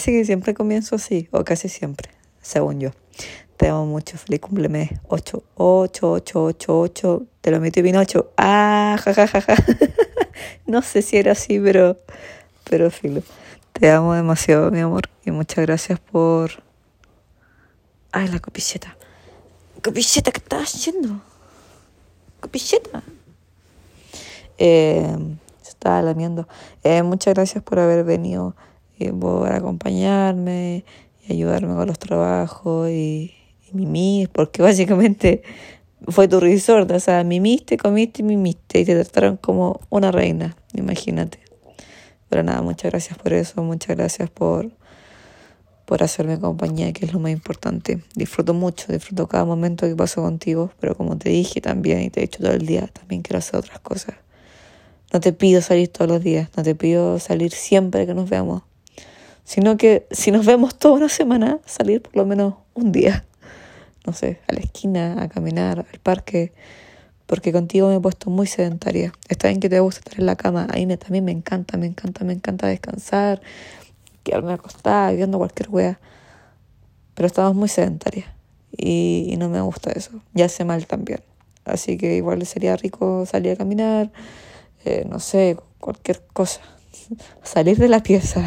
Parece que siempre comienzo así, o casi siempre, según yo. Te amo mucho, feliz cumpleaños. 8, 8, 8, 8, 8. Te lo metí Pinocho. Ah, ja, ja, ja, ja. No sé si era así, pero filo. Te amo demasiado, mi amor. Y muchas gracias por... Ay, la copilleta. Copilleta, ¿qué estás haciendo? Copilleta. Se estaba lamiendo. Muchas gracias por haber venido y por acompañarme y ayudarme con los trabajos y mimir, porque básicamente fue tu resort, o sea, mimiste, comiste y mimiste y te trataron como una reina, imagínate. Pero nada, muchas gracias por eso, muchas gracias por hacerme compañía, que es lo más importante. Disfruto cada momento que paso contigo, pero como te dije también y te he dicho todo el día, también quiero hacer otras cosas. No te pido salir todos los días, no te pido salir siempre que nos veamos, sino que si nos vemos toda una semana, salir por lo menos un día, no sé, a la esquina, a caminar, al parque, porque contigo me he puesto muy sedentaria. Está bien que te gusta estar en la cama, a mí también me encanta descansar, quedarme acostada, viendo cualquier wea, pero estamos muy sedentarias y no me gusta eso, ya hace mal también. Así que igual sería rico salir a caminar, no sé, cualquier cosa, salir de la pieza.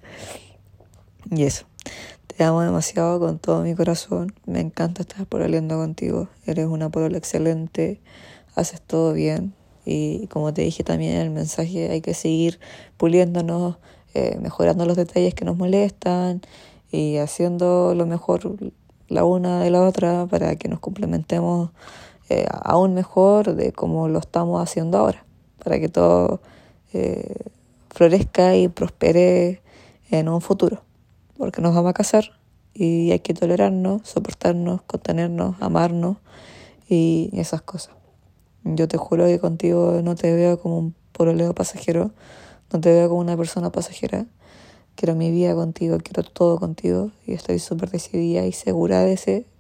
Y eso, te amo demasiado con todo mi corazón, me encanta estar pololeando contigo, eres una polola excelente, haces todo bien y como te dije también en el mensaje, hay que seguir puliéndonos, mejorando los detalles que nos molestan y haciendo lo mejor la una de la otra para que nos complementemos aún mejor de como lo estamos haciendo ahora, para que todo florezca y prospere en un futuro, porque nos vamos a casar y hay que tolerarnos, soportarnos, contenernos, amarnos y esas cosas. Yo te juro que contigo no te veo como un pololeo pasajero, no te veo como una persona pasajera. Quiero mi vida contigo, quiero todo contigo y estoy súper decidida y segura de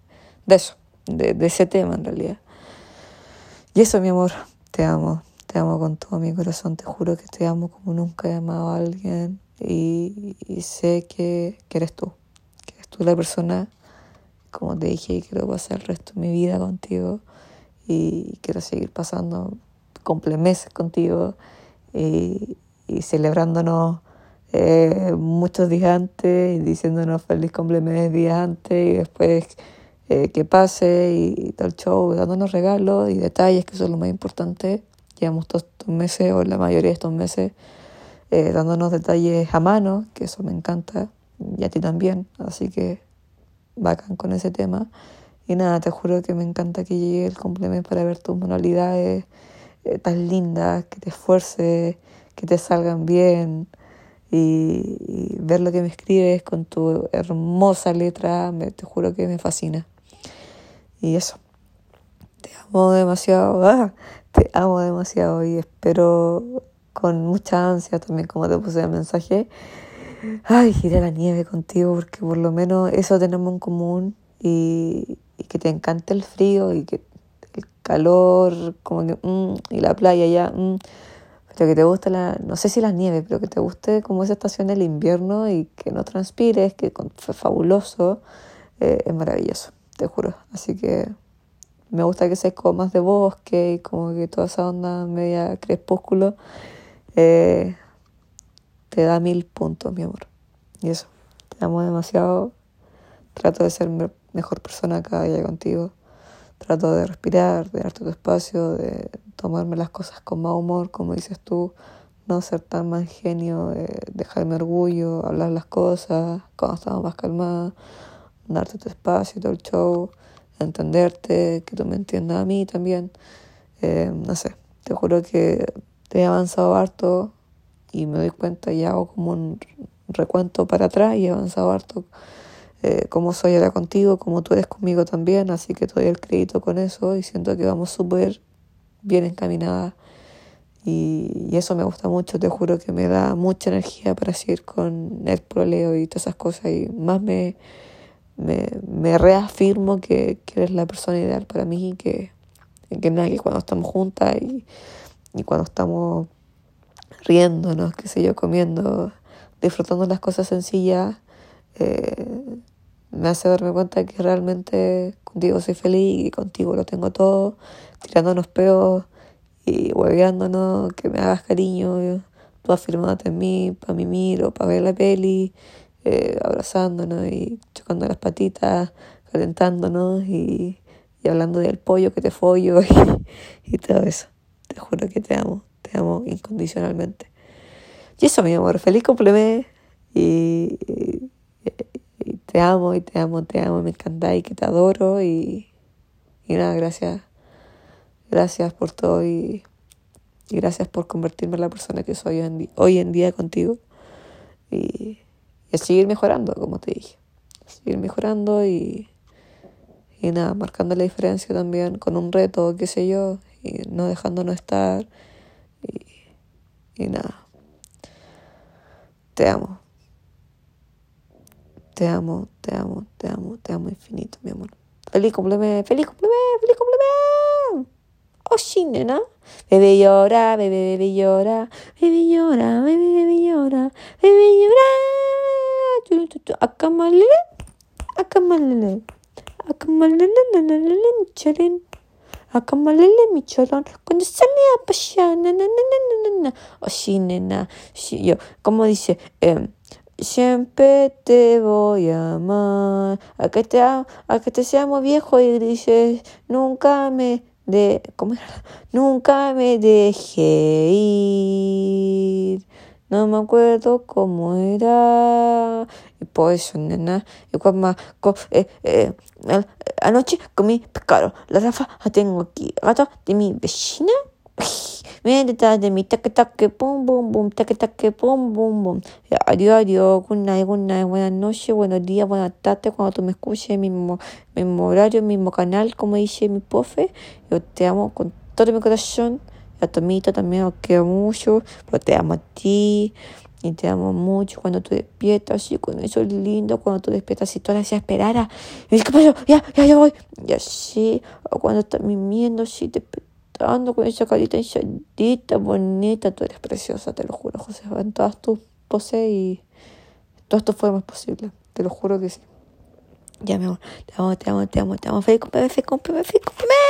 ese tema en realidad. Y eso, mi amor, te amo con todo mi corazón, te juro que te amo como nunca he amado a alguien y sé que eres tú la persona, como te dije, y quiero pasar el resto de mi vida contigo y quiero seguir pasando meses contigo y celebrándonos muchos días antes y diciéndonos feliz cumpleaños días antes y después que pase y tal show, dándonos regalos y detalles que son lo más importante. Llevamos todos estos meses o la mayoría de estos meses dándonos detalles a mano, que eso me encanta y a ti también, así que bacán con ese tema. Y nada, te juro que me encanta que llegue el cumpleaños para ver tus manualidades tan lindas, que te esfuerces, que te salgan bien y ver lo que me escribes con tu hermosa letra, te juro que me fascina. Y eso, te amo demasiado y espero con mucha ansia también, como te puse en el mensaje, ir a la nieve contigo, porque por lo menos eso tenemos en común y que te encanta el frío y que el calor, como que, y la playa ya, pero que te gusta no sé si la nieve, pero que te guste como esa estación del invierno y que no transpires, que fue fabuloso, es maravilloso, te juro. Así que me gusta que seas como más de bosque y como que toda esa onda media crepúsculo, te da 1000 puntos, mi amor. Y eso, te amo demasiado. Trato de ser mejor persona cada día contigo. Trato de respirar, de darte tu espacio, de tomarme las cosas con más humor, como dices tú. No ser tan más genio, dejarme orgullo, hablar las cosas cuando estamos más calmadas, darte tu espacio y todo el show, entenderte, que tú me entiendas a mí también. No sé, te juro que te he avanzado harto y me doy cuenta y hago como un recuento para atrás y he avanzado harto como soy ahora contigo, como tú eres conmigo también, así que te doy el crédito con eso y siento que vamos súper bien encaminadas y eso me gusta mucho, te juro que me da mucha energía para seguir con el proleo y todas esas cosas y más me reafirmo que eres la persona ideal para mí y que nada, que cuando estamos juntas y cuando estamos riéndonos, qué sé yo, comiendo, disfrutando las cosas sencillas, me hace darme cuenta que realmente contigo soy feliz y contigo lo tengo todo, tirándonos peos y hueveándonos, que me hagas cariño, tú afirmándote en mí, para mimir o para ver la peli, abrazándonos y chocando las patitas, calentándonos y hablando del pollo que te follo y todo eso. Te juro que te amo incondicionalmente. Y eso, mi amor, feliz cumpleaños y te amo, me encanta y que te adoro y nada, gracias por todo y gracias por convertirme en la persona que soy hoy en día contigo y a seguir mejorando, como te dije, a seguir mejorando y nada, marcando la diferencia también con un reto, qué sé yo, y no dejándonos estar y nada, te amo. Te amo infinito, mi amor. Feliz cumpleaños. Oh, sí, nena. Bebé llora, bebé llora, bebé llora, bebé llora, bebé llora. Acamalele, acamalele, acamalele, charín. Acamalele, mi chorón. Cuando sale a pasear, oh, sí, nena. Sí, yo, como dice, siempre te voy a amar. A que te seamos viejo y dices, ¿cómo era? Nunca me dejé ir. No me acuerdo cómo era. Y por eso, nena. Y cuando anoche comí pescado. La Rafa la tengo aquí. Gato de mi vecina. Ven detrás de mí, taque, taque, pum, bum, bum, taque, taque, pum, bum, bum. Adiós, good night, buenas noches, buenos días, buenas tardes, cuando tú me escuches, mismo horario, mismo canal, como dice mi profe. Yo te amo con todo mi corazón. A Tomito también os quiero mucho, pero te amo a ti. Y te amo mucho cuando tú despiertas, así, con eso es lindo, cuando tú despiertas y tú la hacías esperar. Y ¿qué pasó? Ya voy. Y así, o cuando estás mimiendo, así, despertando con esa carita enchadita, bonita. Tú eres preciosa, te lo juro, José. En todas tus poses y todas tus formas posibles. Te lo juro que sí. Ya, mi amor. Te amo. Feliz cumpleaños.